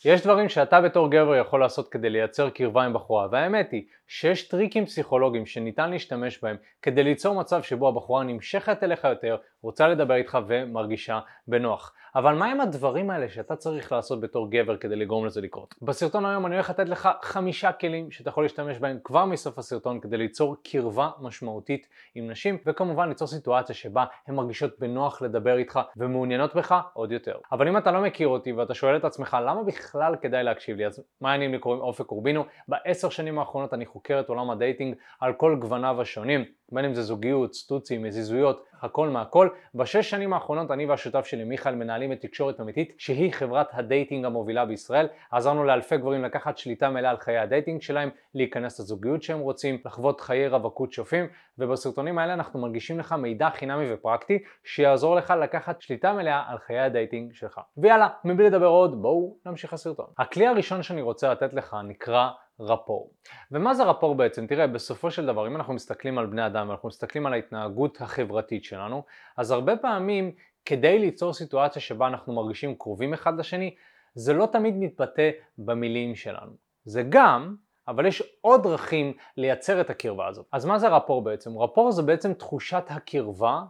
יש דברים שאתה בתור גבר יכול לעשות כדי לייצר קרבה עם בחורה, והאמת היא שיש טריקים פסיכולוגיים שניתן להשתמש בהם כדי ליצור מצב שבו הבחורה נמשכת אליך יותר, רוצה לדבר איתך ומרגישה בנוח. אבל מה הם הדברים האלה שאתה צריך לעשות בתור גבר כדי לגרום לזה לקרות? בסרטון היום אני הולך לתת לך 5 כלים שאתה יכול להשתמש בהם כבר מסוף הסרטון כדי ליצור קרבה משמעותית עם נשים, וכמובן ליצור סיטואציה שבה הן מרגישות בנוח לדבר איתך ומעוניינות בך עוד יותר. אבל אם אתה לא מכיר אותי ואתה שואל את עצמך למה בכלל כדאי להקשיב לי, אז מה העניינים לי? קוראים אופק קורבינו. ב10 שנים האחרונות אני חוקר את עולם הדייטינג על כל גווניו השונים, בין אם זה זוגיות, סטוצים, מזיזויות, הכל מהכל. ב6 שנים האחרונות אני והשותף שלי מיכאל מנהלים את תקשורת אמיתית, שהיא חברת הדייטינג המובילה בישראל. עזרנו לאלפי גברים לקחת שליטה מלאה על חיי הדייטינג שלהם, להיכנס לזוגיות שהם רוצים, לחוות חיי רווקות שופים, ובסרטונים האלה אנחנו מנגישים לך מידע חינמי ופרקטי שיעזור לך לקחת שליטה מלאה על חיי הדייטינג שלך. ויאללה, מבלי לדבר עוד, בואו נמשיך הסרטון. הכלי הראשון שאני רוצה לתת לך נקרא רפור. ומה זה רפור בעצם? תראה, בסופו של דבר, אם אנחנו מסתכלים על בני אדם ואנחנו מסתכלים על ההתנהגות החברתית שלנו, אז הרבה פעמים כדי ליצור סיטואציה שבה אנחנו מרגישים קרובים אחד לשני, זה לא תמיד מתבטא במילים שלנו. זה גם, אבל יש עוד דרכים לייצר את הקרבה הזאת. אז מה זה רפור בעצם? רפור זה בעצם תחושת הקרבה,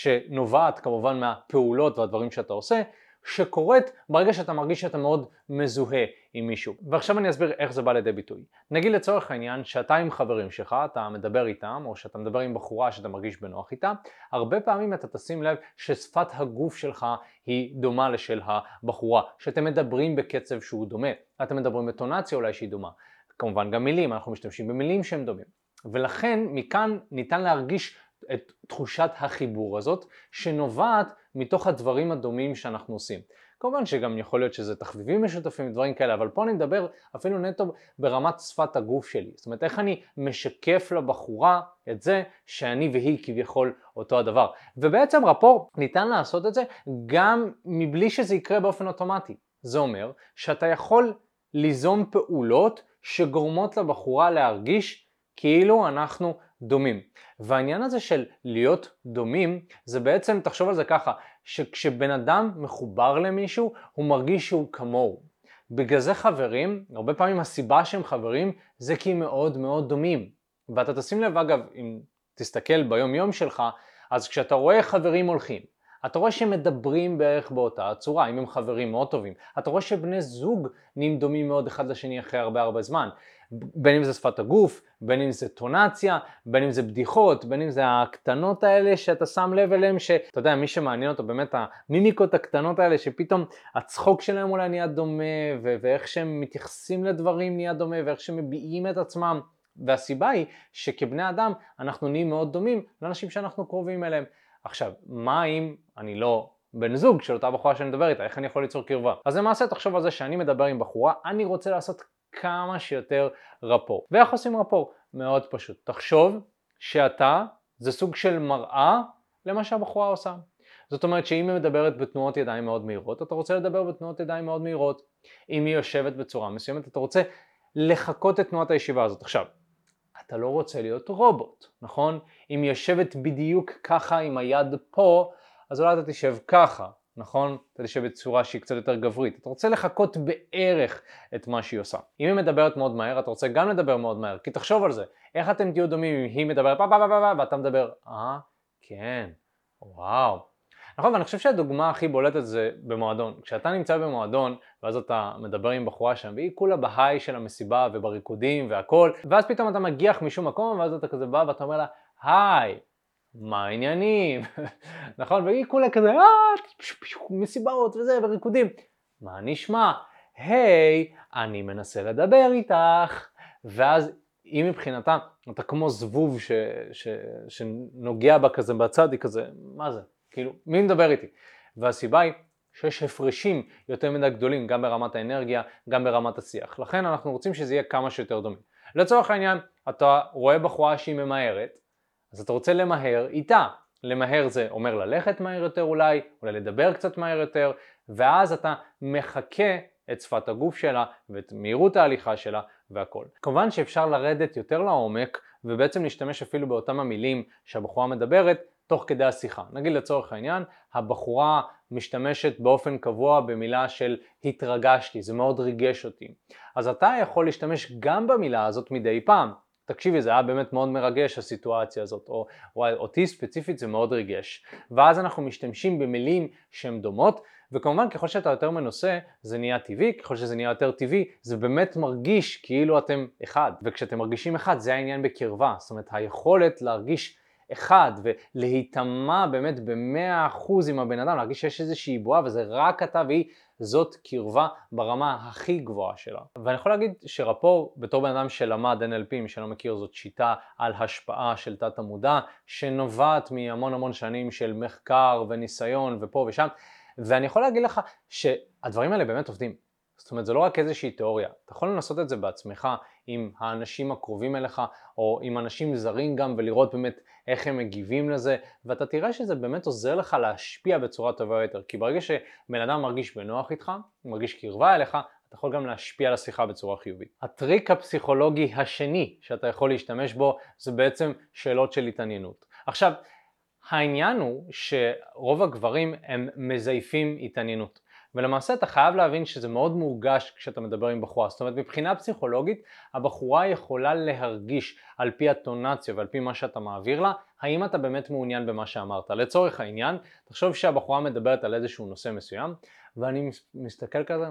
שנובעת כמובן מהפעולות והדברים שאתה עושה, שקורית ברגע שאתה מרגיש שאתה מאוד מזוהה עם מישהו. ועכשיו אני אסביר איך זה בא לידי ביטוי. נגיד לצורך העניין שאתה עם חברים שלך, אתה מדבר איתם, או שאתה מדבר עם בחורה שאתה מרגיש בנוח איתה, הרבה פעמים אתה תשים לב ששפת הגוף שלך היא דומה לשל הבחורה, שאתם מדברים בקצב שהוא דומה, אתם מדברים בטונציה אולי שהיא דומה. כמובן גם מילים, אנחנו משתמשים במילים שהם דומים. ולכן מכאן ניתן להרגיש את תחושת החיבור הזאת שנובעת מתוך הדברים הדומים שאנחנו עושים. כמובן שגם יכול להיות שזה תחביבים משותפים ודברים כאלה, אבל פה אני מדבר אפילו נטו ברמת שפת הגוף שלי. זאת אומרת, איך אני משקף לבחורה את זה שאני והיא כביכול אותו הדבר. ובעצם רפור ניתן לעשות את זה גם מבלי שזה יקרה באופן אוטומטי. זה אומר שאתה יכול ליזום פעולות שגורמות לבחורה להרגיש כאילו אנחנו דומים. והעניין הזה של להיות דומים, זה בעצם, תחשוב על זה ככה, שכשבן אדם מחובר למישהו, הוא מרגיש שהוא כמוהו. בגלל זה חברים, הרבה פעמים הסיבה שהם חברים, זה כי הם מאוד מאוד דומים. ואתה תשים לב, אגב, אם תסתכל ביום יום שלך, אז כשאתה רואה חברים הולכים, אתה רואה שהם מדברים בערך באותה הצורה, אם הם חברים מאוד טובים. אתה רואה שבני זוג נהיים דומים מאוד אחד לשני אחרי הרבה זמן. בין אם זה שפת הגוף, בין אם זה טונציה, בין אם זה בדיחות, בין אם זה הקטנות האלה שאתה שם לב אליהם, שאתה יודע, מי שמעניין אותו באמת המימיקות הקטנות האלה, שפתאום הצחוק שלהם אולי נהיה דומה, ואיך שהם מתייחסים לדברים נהיה דומה, ואיך שהם מביעים את עצמם. והסיבה היא שכבני אדם אנחנו נהיים מאוד דומים לאנשים שאנחנו קרובים אליהם. עכשיו, מה אם אני לא בן זוג של אותה בחורה שאני מדבר איתה? איך אני יכול ליצור קרבה? אז למעשה תחשוב על זה שאני מדבר עם בחורה, אני רוצה לעשות כמה שיותר רפור. ואיך עושים רפור? מאוד פשוט. תחשוב שאתה זה סוג של מראה למה שהבחורה עושה. זאת אומרת שאם היא מדברת בתנועות ידיים מאוד מהירות, אתה רוצה לדבר בתנועות ידיים מאוד מהירות. אם היא יושבת בצורה מסוימת, אתה רוצה לחכות את תנועת הישיבה הזאת. עכשיו, אתה לא רוצה להיות רובוט, נכון? אם היא יושבת בדיוק ככה עם היד פה, אז אולי אתה תשב ככה, נכון? אתה תשב בצורה שהיא קצת יותר גברית. אתה רוצה לחכות בערך את מה שהיא עושה. אם היא מדברת מאוד מהר, אתה רוצה גם לדבר מאוד מהר, כי תחשוב על זה. איך אתם תהיו דומים אם היא מדברת ואתה מדבר, כן, וואו. נכון, ואני חושב שהדוגמה הכי בולטת זה במועדון. כשאתה נמצא במועדון, ואז אתה מדבר עם בחורה שם, והיא כולה בהיי של המסיבה ובריקודים והכל, ואז פתאום אתה מגיח משום מקום, ואז אתה כזה בא ואתה אומר לה, היי, מה העניינים? נכון, והיא כולה כזה, מסיבות וזה, וריקודים. מה נשמע? היי, אני מנסה לדבר איתך. ואז היא מבחינתה, אתה כמו זבוב שנוגע בה כזה בצד, היא כזה, מה זה? כאילו, מי מדבר איתי? והסיבה היא שיש הפרשים יותר מדי גדולים, גם ברמת האנרגיה, גם ברמת השיח. לכן אנחנו רוצים שזה יהיה כמה שיותר דומים. לצורך העניין, אתה רואה בחורה שהיא ממהרת, אז אתה רוצה למהר איתה. למהר זה אומר ללכת מהר יותר אולי לדבר קצת מהר יותר, ואז אתה מחכה את שפת הגוף שלה ואת מהירות ההליכה שלה והכל. כמובן שאפשר לרדת יותר לעומק ובעצם להשתמש אפילו באותם המילים שהבחורה מדברת, תוך כדי השיחה. נגיד לצורך העניין, הבחורה משתמשת באופן קבוע במילה של התרגשתי, זה מאוד ריגש אותי. אז אתה יכול להשתמש גם במילה הזאת מדי פעם. תקשיבי, זה היה באמת מאוד מרגש הסיטואציה הזאת, או אותי ספציפית זה מאוד ריגש. ואז אנחנו משתמשים במילים שהן דומות, וכמובן ככל שאתה יותר מנוסה זה נהיה טבעי, ככל שזה נהיה יותר טבעי זה באמת מרגיש כאילו אתם אחד, וכשאתם מרגישים אחד זה העניין בקרבה, זאת אומרת היכולת להרגיש אחד ולהיטמע באמת ב100% עם הבן אדם, להרגיש שיש איזושהי בועה וזה רק אתה והיא, זאת קרבה ברמה הכי גבוהה שלה. ואני יכול להגיד שרפור בתור בן אדם שלמד NLP, מי שלא מכיר, זאת שיטה על השפעה של תת המודע שנובעת מהמון שנים של מחקר וניסיון ופה ושם, ואני יכול להגיד לך שהדברים האלה באמת עובדים. זאת אומרת, זה לא רק איזושהי תיאוריה. אתה יכול לנסות את זה בעצמך עם האנשים הקרובים אליך, או עם אנשים זרים גם, ולראות באמת איך הם מגיבים לזה, ואתה תראה שזה באמת עוזר לך להשפיע בצורה טובה יותר. כי ברגע שבן אדם מרגיש בנוח איתך, מרגיש קרבה אליך, אתה יכול גם להשפיע על השיחה בצורה חיובית. הטריק הפסיכולוגי השני שאתה יכול להשתמש בו, זה בעצם שאלות של התעניינות. עכשיו, העניין הוא שרוב הגברים הם מזייפים התעניינות. ולמעשה אתה חייב להבין שזה מאוד מורגש כשאתה מדבר עם בחורה. זאת אומרת, מבחינה פסיכולוגית, הבחורה יכולה להרגיש על פי הטונציה ועל פי מה שאתה מעביר לה, האם אתה באמת מעוניין במה שאמרת. לצורך העניין, תחשוב שהבחורה מדברת על איזשהו נושא מסוים, ואני מסתכל כזה,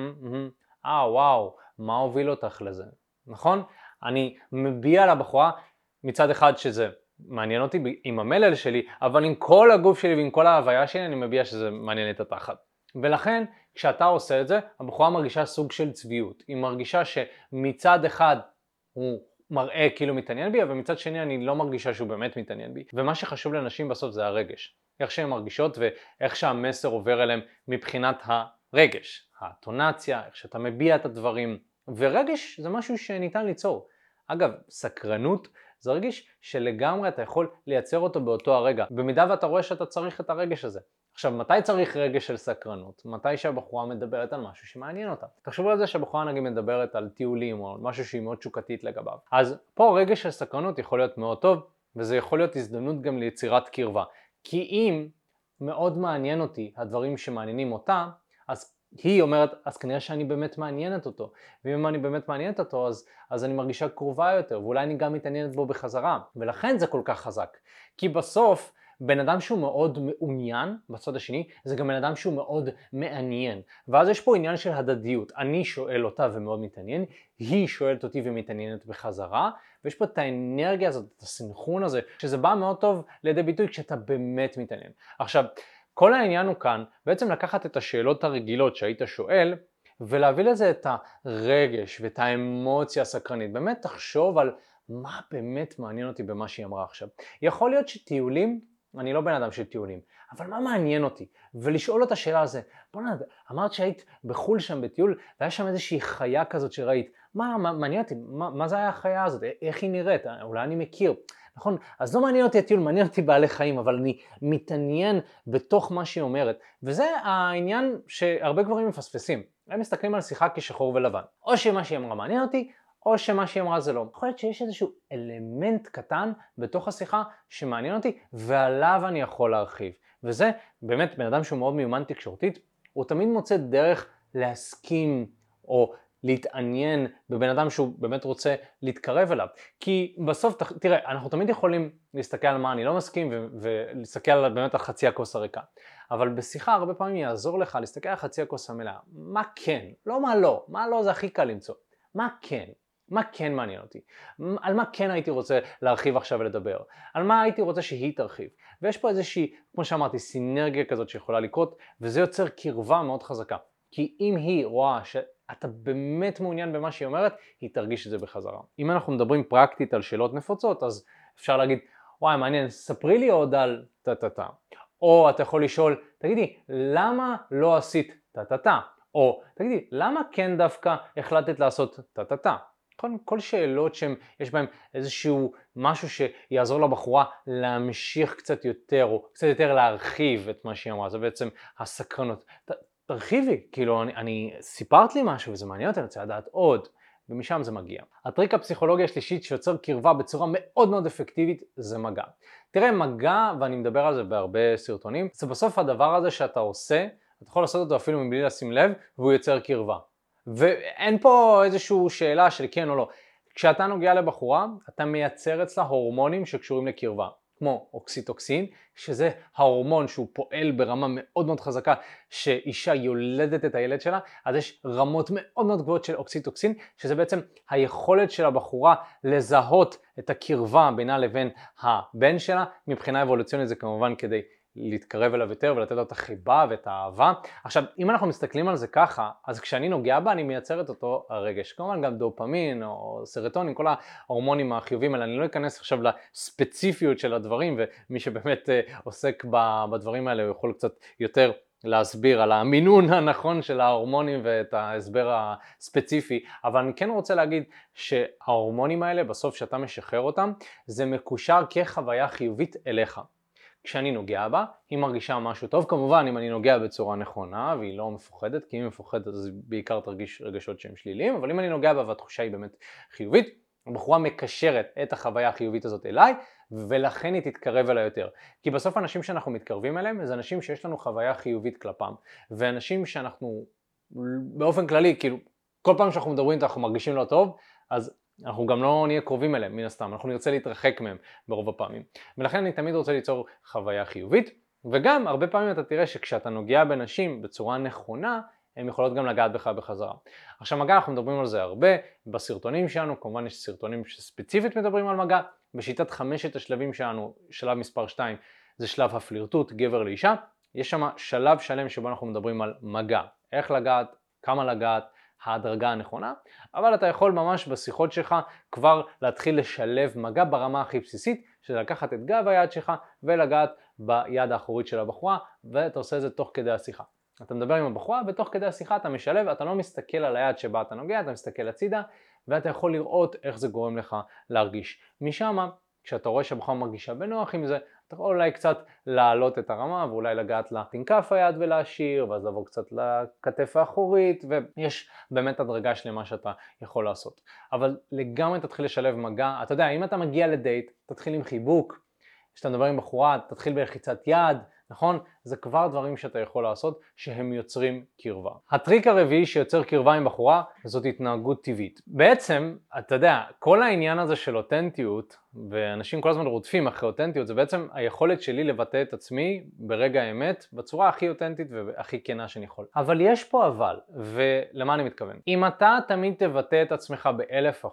וואו, מה הוביל אותך לזה? נכון? אני מביע לבחורה מצד אחד שזה מעניין אותי עם המלל שלי, אבל עם כל הגוף שלי ועם כל ההוויה שלי אני מביע שזה מעניין את התחת. ולכן כשאתה עושה את זה, הבחורה מרגישה סוג של צביעות. היא מרגישה שמצד אחד הוא מראה כאילו מתעניין בי, אבל מצד שני אני לא מרגישה שהוא באמת מתעניין בי. ומה שחשוב לנשים בסוף זה הרגש. איך שהן מרגישות ואיך שהמסר עובר אליהם מבחינת הרגש. הטונציה, איך שאתה מביע את הדברים. ורגש זה משהו שניתן ליצור. אגב, סקרנות זה רגיש שלגמרי אתה יכול לייצר אותו באותו הרגע. במידה ואתה רואה שאתה צריך את הרגש הזה. עכשיו, מתי צריך רגש של סקרנות? מתי שהבחורה מדברת על משהו שמעניין אותה. תחשבו על זה שהבחורה נגיד מדברת על טיולים או משהו שהיא מאוד שוקתית לגביו. אז פה רגש של סקרנות יכול להיות מאוד טוב, וזה יכול להיות הזדמנות גם ליצירת קרבה. כי אם מאוד מעניין אותי הדברים שמעניינים אותה, אז היא אומרת, אז כנראה שאני באמת מעניינת אותו. ואם אני באמת מעניינת אותו, אז אני מרגישה קרובה יותר, ואולי אני גם מתעניינת בו בחזרה. ולכן זה כל כך חזק. כי בסוף, בן אדם שהוא מאוד מעוניין, בצד השני, זה גם בן אדם שהוא מאוד מעניין. ואז יש פה עניין של הדדיות. אני שואל אותה ומאוד מתעניין, היא שואלת אותי ומתעניינת בחזרה, ויש פה את האנרגיה הזאת, את הסנכרון הזה, שזה בא מאוד טוב לידי ביטוי כשאתה באמת מתעניין. עכשיו, כל העניין הוא כאן, בעצם לקחת את השאלות הרגילות שהיית שואל, ולהביא לזה את הרגש ואת האמוציה הסקרנית. באמת תחשוב על מה באמת מעניין אותי במה שהיא אמרה עכשיו. יכול להיות שטיולים, אני לא בן אדם של טיולים, אבל מה מעניין אותי? ולשאול אותה שאלה על זה, בוא'נה, אמרת שהיית בחול שם בטיול, והיה שם איזושהי חיה כזאת שראית, מה מעניין אותי? מה זה היה החיה הזאת? איך היא נראית? אולי אני מכיר. נכון? אז לא מעניין אותי הטיול, מעניין אותי בעלי חיים, אבל אני מתעניין בתוך מה שהיא אומרת. וזה העניין שהרבה גברים מפספסים. הם מסתכלים על שיחה כשחור ולבן. או שמה שהיא אמרה מעניין אותי, או שמה שהיא אמרה זה לא. יכול להיות שיש איזשהו אלמנט קטן בתוך השיחה שמעניין אותי, ועליו אני יכול להרחיב. וזה באמת בן אדם שהוא מאוד מיומן תקשורתית, הוא תמיד מוצא דרך להסכים או להתעניין בבן אדם שהוא באמת רוצה להתקרב אליו. כי בסוף, תראה, אנחנו תמיד יכולים להסתכל על מה אני לא מסכים ולהסתכל על באמת על חצי הכוס הריקה. אבל בשיחה הרבה פעמים יעזור לך להסתכל על חצי הכוס המלאה. מה כן? לא מה לא. מה לא זה הכי קל למצוא. מה כן? מה כן מעניין אותי? על מה כן הייתי רוצה להרחיב עכשיו ולדבר? על מה הייתי רוצה שהיא תרחיב? ויש פה איזושהי, כמו שאמרתי, סינרגיה כזאת שיכולה לקרות, וזה יוצר קרבה מאוד חזקה. כי אם היא רואה שאתה באמת מעוניין במה שהיא אומרת, היא תרגיש את זה בחזרה. אם אנחנו מדברים פרקטית על שאלות נפוצות, אז אפשר להגיד, וואי, מעניין, ספרי לי עוד על טה-טה-טה. או אתה יכול לשאול, תגידי, למה לא עשית טה-טה-טה? או תגידי, למה כן דווקא החלטת לעשות טה-טה-טה? כל שאלות שיש בהן איזשהו משהו שיעזור לבחורה להמשיך קצת יותר, או קצת יותר להרחיב את מה שהיא אמרה, זה בעצם הסקרנות. תרחיבי, כאילו אני סיפרת לי משהו וזה מעניין אותי, אני רוצה לדעת עוד. ומשם זה מגיע. הטריק הפסיכולוגי השלישית שיוצר קרבה בצורה מאוד מאוד אפקטיבית זה מגע. תראה, מגע, ואני מדבר על זה בהרבה סרטונים, זה בסוף הדבר הזה שאתה עושה, אתה יכול לעשות אותו אפילו מבלי לשים לב, והוא יוצר קרבה. ואין פה איזושהי שאלה של כן או לא. כשאתה נוגע לבחורה, אתה מייצר אצלה הורמונים שקשורים לקרבה, כמו אוקסיטוקסין, שזה ההורמון שהוא פועל ברמה מאוד מאוד חזקה, שאישה יולדת את הילד שלה, אז יש רמות מאוד מאוד גבוהות של אוקסיטוקסין, שזה בעצם היכולת של הבחורה לזהות את הקרבה בינה לבין הבן שלה. מבחינה אבולוציונית זה כמובן כדי להתקרב אליו יותר ולתת לו את החיבה ואת האהבה. עכשיו, אם אנחנו מסתכלים על זה ככה, אז כשאני נוגע בה אני מייצר את אותו הרגש. כמובן גם דופמין או סרטונין, כל ההורמונים החיובים האלה. אני לא אכנס עכשיו לספציפיות של הדברים, ומי שבאמת עוסק בדברים האלה הוא יכול קצת יותר להסביר על המינון הנכון של ההורמונים ואת ההסבר הספציפי, אבל אני כן רוצה להגיד שההורמונים האלה בסוף שאתה משחרר אותם, זה מקושר כחוויה חיובית אליך. כשאני נוגע בה, היא מרגישה משהו טוב, כמובן אם אני נוגע בצורה נכונה והיא לא מפוחדת, כי אם היא מפוחדת אז בעיקר תרגיש רגשות שהם שליליים, אבל אם אני נוגע בה והתחושה היא באמת חיובית, הבחורה מקשרת את החוויה החיובית הזאת אליי, ולכן היא תתקרב אליי יותר. כי בסוף אנשים שאנחנו מתקרבים אליהם, זה אנשים שיש לנו חוויה חיובית כלפם, ואנשים שאנחנו באופן כללי, כאילו כל פעם שאנחנו מדברים אנחנו מרגישים לא טוב, אז אנחנו גם לא נהיה קרובים אליהם, מן הסתם, אנחנו נרצה להתרחק מהם ברוב הפעמים. ולכן אני תמיד רוצה ליצור חוויה חיובית, וגם הרבה פעמים אתה תראה שכשאתה נוגע בנשים בצורה נכונה, הן יכולות גם לגעת בך בחזרה. עכשיו מגע, אנחנו מדברים על זה הרבה, בסרטונים שלנו, כמובן יש סרטונים שספציפית מדברים על מגע, בשיטת 5 השלבים שלנו, שלב מספר 2, זה שלב הפלירטוט, גבר לאישה, יש שם שלב שלם שבו אנחנו מדברים על מגע, איך לגעת, כמה לגעת, ההדרגה הנכונה, אבל אתה יכול ממש בשיחות שלך כבר להתחיל לשלב מגע ברמה הכי בסיסית, שזה לקחת את גב היד שלך ולגעת ביד האחורית של הבחורה, ואתה עושה את זה תוך כדי השיחה. אתה מדבר עם הבחורה ותוך כדי השיחה אתה משלב, אתה לא מסתכל על היד שבה אתה נוגע, אתה מסתכל הצידה, ואתה יכול לראות איך זה גורם לך להרגיש. משם, כשאתה רואה שהבחורה מרגישה בנוח עם זה, אתה יכול אולי קצת להעלות את הרמה ואולי לגעת לכנף היד ולהשאיר, ואז לעבור קצת לכתף האחורית, ויש באמת הדרגה שלמה שאתה יכול לעשות. אבל לגמרי תתחיל לשלב מגע. אתה יודע, אם אתה מגיע לדייט, תתחיל עם חיבוק, כשאתה מדבר עם בחורה, תתחיל בלחיצת יד, נכון? זה כבר דברים שאתה יכול לעשות שהם יוצרים קרבה. הטריק הרביעי שיוצר קרבה עם בחורה זאת התנהגות טבעית. בעצם, אתה יודע, כל העניין הזה של אותנטיות, ואנשים כל הזמן רודפים אחרי אותנטיות, זה בעצם היכולת שלי לבטא את עצמי ברגע האמת, בצורה הכי אותנטית והכי כנה שאני יכול. אבל יש פה אבל, ולמה אני מתכוון? אם אתה תמיד תבטא את עצמך ב1000%,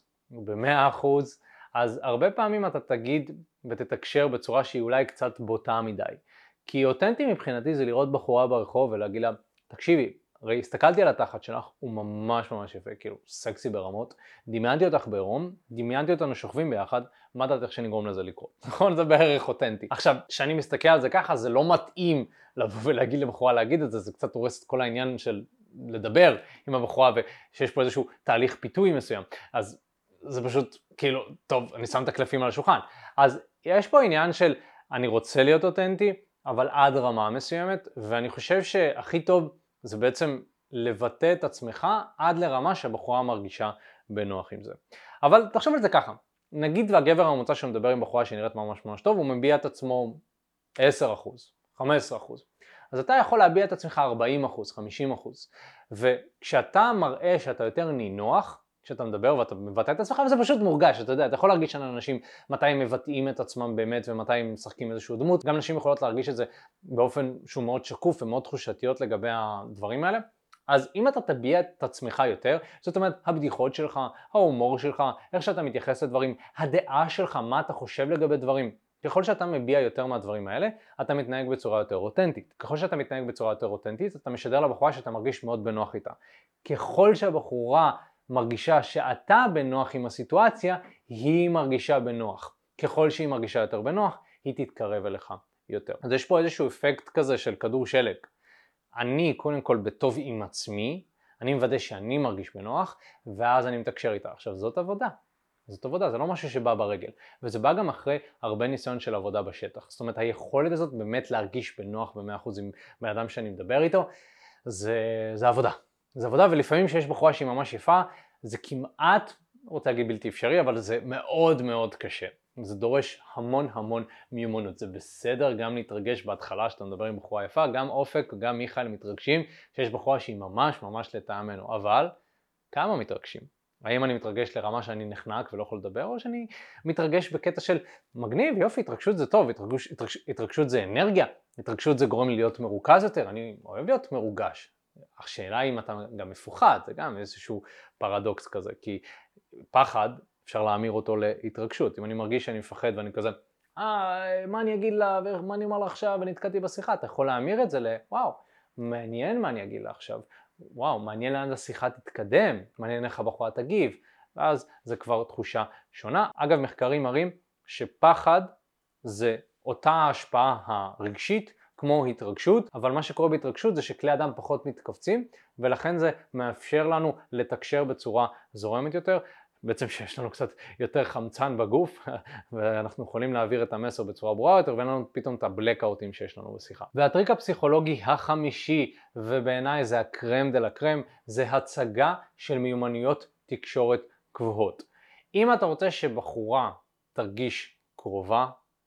ב100%, אז הרבה פעמים אתה תגיד ותתקשר בצורה שהיא אולי קצת בוטה מדי. כי אותנטי מבחינתי זה לראות בחורה ברחוב ולהגיד לה, תקשיבי, הרי הסתכלתי על התחת שלך, הוא ממש ממש יפה, כאילו סקסי ברמות, דמיינתי אותך בעירום, דמיינתי אותנו שוכבים ביחד, מה דעת איך שנגרום לזה לקרות? נכון? זה בערך אותנטי. עכשיו, כשאני מסתכל על זה ככה, זה לא מתאים לבוא ולהגיד לבחורה להגיד את זה, זה קצת הורס את כל העניין של לדבר עם הבחורה ושיש פה איזשהו תהליך פיתוי מסוים. אז זה פשוט כאילו, טוב, אני שם את הקלפים על השולחן. אז יש פה עניין של אני רוצה להיות אותנטי, אבל עד רמה מסוימת, ואני חושב שהכי טוב זה בעצם לבטא את עצמך עד לרמה שהבחורה מרגישה בנוח עם זה. אבל תחשוב על זה ככה, נגיד והגבר הממוצע שמדבר עם בחורה שנראית ממש ממש טוב, הוא מביע את עצמו 10%, 15%. אז אתה יכול להביע את עצמך 40%, 50%. וכשאתה מראה שאתה יותר נינוח, כשאתה מדבר ואתה מבטא את עצמך, וזה פשוט מורגש, אתה יודע, אתה יכול להרגיש אנשים מתי הם מבטאים את עצמם באמת ומתי הם משחקים איזשהו דמות, גם נשים יכולות להרגיש את זה באופן שהוא מאוד שקוף ומאוד תחושתיות לגבי הדברים האלה. אז אם אתה תביע את עצמך יותר, זאת אומרת הבדיחות שלך, ההומור שלך, איך שאתה מתייחס לדברים, הדעה שלך, מה אתה חושב לגבי דברים, ככל שאתה מביע יותר מהדברים האלה, אתה מתנהג בצורה יותר אותנטית. ככל שאתה מתנהג בצורה יותר אותנטית, אתה משדר לבחורה שאתה מרגיש מאוד בנוח איתה. ככל שהבחורה מרגישה שאתה בנוח עם הסיטואציה, היא מרגישה בנוח. ככל שהיא מרגישה יותר בנוח, היא תתקרב אליך יותר. אז יש פה איזשהו אפקט כזה של כדור שלג. אני קודם כל בטוב עם עצמי, אני מוודא שאני מרגיש בנוח, ואז אני מתקשר איתה. עכשיו זאת עבודה. זאת עבודה, זה לא משהו שבא ברגל. וזה בא גם אחרי הרבה ניסיון של עבודה בשטח. זאת אומרת, היכולת הזאת באמת להרגיש בנוח ב100% עם בן אדם שאני מדבר איתו, זה עבודה. זה עבודה, ולפעמים שיש בחורה שהיא ממש יפה, זה כמעט, רוצה להגיד בלתי אפשרי, אבל זה מאוד מאוד קשה. זה דורש המון מיומנות. זה בסדר גם להתרגש בהתחלה שאתה מדבר עם בחורה יפה, גם אופק וגם מיכאל מתרגשים שיש בחורה שהיא ממש לטעמנו, אבל כמה מתרגשים? האם אני מתרגש לרמה שאני נחנק ולא יכול לדבר, או שאני מתרגש בקטע של מגניב, יופי, התרגשות זה טוב, התרגשות זה אנרגיה, התרגשות זה גורם לי להיות מרוכז יותר, אני אוהב להיות מרוגש. השאלה אם אתה גם מפוחד, זה גם איזשהו פרדוקס כזה, כי פחד אפשר להמיר אותו להתרגשות. אם אני מרגיש שאני מפחד ואני כזה, מה אני אגיד לה ומה אני אומר לה עכשיו ונתקעתי בשיחה, אתה יכול להמיר את זה וואו, מעניין מה אני אגיד לה עכשיו, וואו, מעניין לאן השיחה תתקדם, מעניין איך הבחורה תגיב, ואז זה כבר תחושה שונה. אגב, מחקרים מראים שפחד זה אותה ההשפעה הרגשית כמו התרגשות, אבל מה שקורה בהתרגשות זה שכלי אדם פחות מתכווצים, ולכן זה מאפשר לנו לתקשר בצורה זורמת יותר, בעצם שיש לנו קצת יותר חמצן בגוף, ואנחנו יכולים להעביר את המסר בצורה ברורה יותר, ואין לנו פתאום את הבלקאוטים שיש לנו בשיחה. והטריק הפסיכולוגי החמישי, ובעיניי זה הקרם דה לה קרם, זה הצגה של מיומנויות תקשורת גבוהות. אם אתה רוצה שבחורה תרגיש קרובה,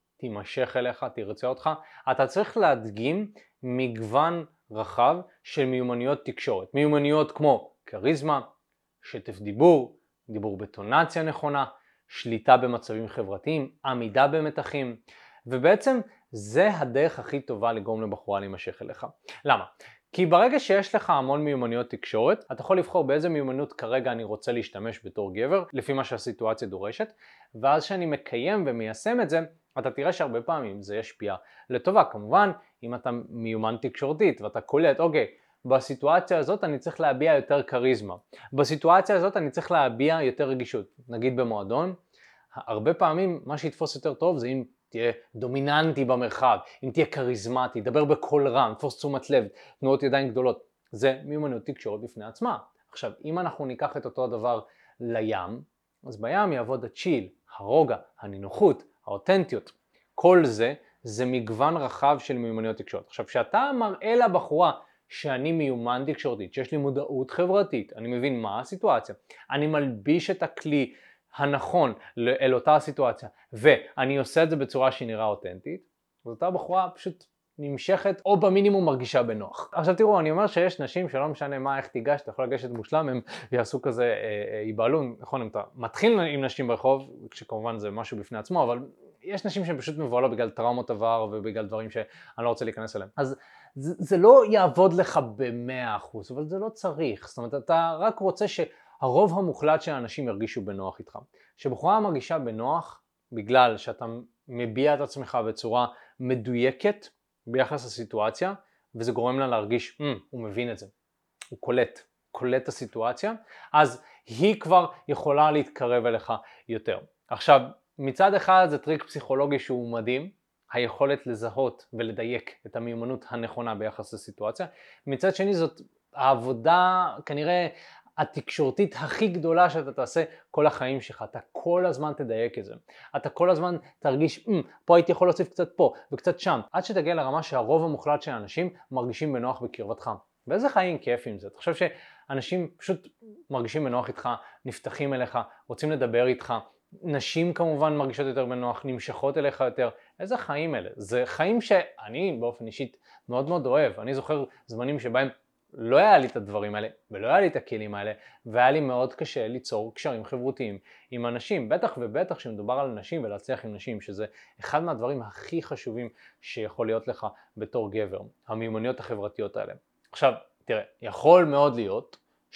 תימשך אליך, תרצה אותך, אתה צריך להדגים מגוון רחב של מיומנויות תקשורת. מיומנויות כמו כריזמה, שטף דיבור, דיבור בטונציה נכונה, שליטה במצבים חברתיים, עמידה במתחים, ובעצם זה הדרך הכי טובה לגרום לבחורה להימשך אליך. למה? כי ברגע שיש לך המון מיומנויות תקשורת, אתה יכול לבחור באיזה מיומנות כרגע אני רוצה להשתמש בתור גבר, לפי מה שהסיטואציה דורשת, ואז שאני מקיים ומיישם את זה, אתה תראה שהרבה פעמים זה ישפיע לטובה. כמובן, אם אתה מיומן תקשורתית ואתה קולט, אוקיי, בסיטואציה הזאת אני צריך להביע יותר כריזמה. בסיטואציה הזאת אני צריך להביע יותר רגישות. נגיד במועדון, הרבה פעמים מה שיתפוס יותר טוב זה אם תהיה דומיננטי במרחב, אם תהיה כריזמטי, דבר בקול רם, תפוס תשומת לב, תנועות ידיים גדולות. זה מיומנות תקשורת בפני עצמה. עכשיו, אם אנחנו ניקח את אותו הדבר לים, אז בים יעבוד הצ'יל, הרוגע, הנינוחות, האותנטיות. כל זה מגוון רחב של מיומנויות תקשורת. עכשיו, כשאתה מראה לבחורה שאני מיומן תקשורתית, שיש לי מודעות חברתית, אני מבין מה הסיטואציה, אני מלביש את הכלי הנכון אל אותה הסיטואציה, ואני עושה את זה בצורה שהיא נראה אותנטית, אז אותה בחורה פשוט נמשכת, או במינימום מרגישה בנוח. עכשיו תראו, אני אומר שיש נשים שלא משנה מה, איך תיגש, אתה יכול לגשת מושלם, הם יעשו כזה ייבהלו, נכון, אם אתה מתחיל עם נשים ברחוב, כשכמובן זה משהו בפני עצמו, אבל יש נשים שהן פשוט מבוהלות בגלל טראומות עבר ובגלל דברים שאני לא רוצה להיכנס אליהם. אז זה לא יעבוד לך ב100%, אבל זה לא צריך. זאת אומרת, אתה רק רוצה שהרוב המוחלט של האנשים ירגישו בנוח איתך. שבחורה מרגישה בנוח בגלל שאתה מביע את עצמך בצורה מדויקת ביחס לסיטואציה, וזה גורם לה להרגיש, הוא מבין את זה, הוא קולט את הסיטואציה, אז היא כבר יכולה להתקרב אליך יותר. עכשיו, מצד אחד זה טריק פסיכולוגי שהוא מדהים, היכולת לזהות ולדייק את המיומנות הנכונה ביחס לסיטואציה. מצד שני זאת העבודה כנראה התקשורתית הכי גדולה שאתה תעשה כל החיים שלך. אתה כל הזמן תדייק את זה. אתה כל הזמן תרגיש, פה הייתי יכול להוסיף קצת פה וקצת שם, עד שתגיע לרמה שהרוב המוחלט של האנשים מרגישים בנוח בקרבתך. ואיזה חיים כיף עם זה. אתה חושב שאנשים פשוט מרגישים בנוח איתך, נפתחים אליך, רוצים לדבר איתך, נשים כמובן מרגישות יותר בנוח, נמשכות אליך יותר. איזה חיים אלה? זה חיים שאני באופן אישית מאוד מאוד אוהב. אני זוכר זמנים שבהם לא היה לי את הדברים האלה ולא היה לי את הכלים האלה, והיה לי מאוד קשה ליצור קשרים חברותיים עם אנשים, בטח ובטח שמדובר על נשים ולהצליח עם נשים, שזה אחד מהדברים הכי חשובים שיכול להיות לך בתור גבר, המיומנויות החברתיות האלה. עכשיו, תראה, יכול מאוד להיות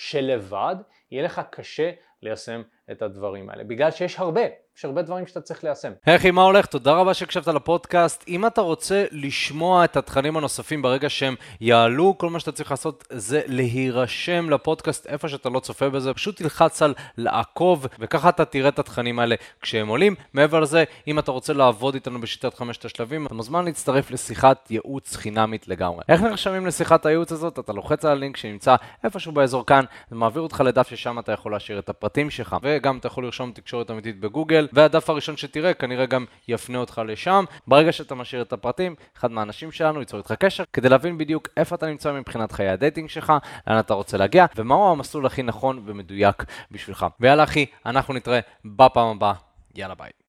שלבד יהיה לך קשה ליישם את הדברים האלה, בגלל שיש הרבה דברים שאתה צריך ליישם. היי, מה הולך? תודה רבה שהקשבת לפודקאסט. אם אתה רוצה לשמוע את התכנים הנוספים ברגע שהם יעלו, כל מה שאתה צריך לעשות זה להירשם לפודקאסט איפה שאתה לא צופה בזה, פשוט תלחץ על לעקוב, וככה אתה תראה את התכנים האלה כשהם עולים. מעבר לזה, אם אתה רוצה לעבוד איתנו בשיטת 5 השלבים, אתה מוזמן להצטרף לשיחת ייעוץ חינמית לגמרי. איך נרשמים לשיחת הייעוץ הזאת? אתה לוחץ על הלינק שנמצא איפשהו באזור כאן, זה מעביר אותך לדף ששם אתה יכול להשאיר את הפרטים שלך, וגם אתה יכול לרשום תקשורת אמיתית בגוגל. גוגל, והדף הראשון שתראה כנראה גם יפנה אותך לשם. ברגע שאתה משאיר את הפרטים, אחד מהאנשים שלנו ייצור איתך קשר, כדי להבין בדיוק איפה אתה נמצא מבחינת חיי הדייטינג שלך, לאן אתה רוצה להגיע, ומהו המסלול הכי נכון ומדויק בשבילך. ויאללה אחי, אנחנו נתראה בפעם הבאה. יאללה ביי.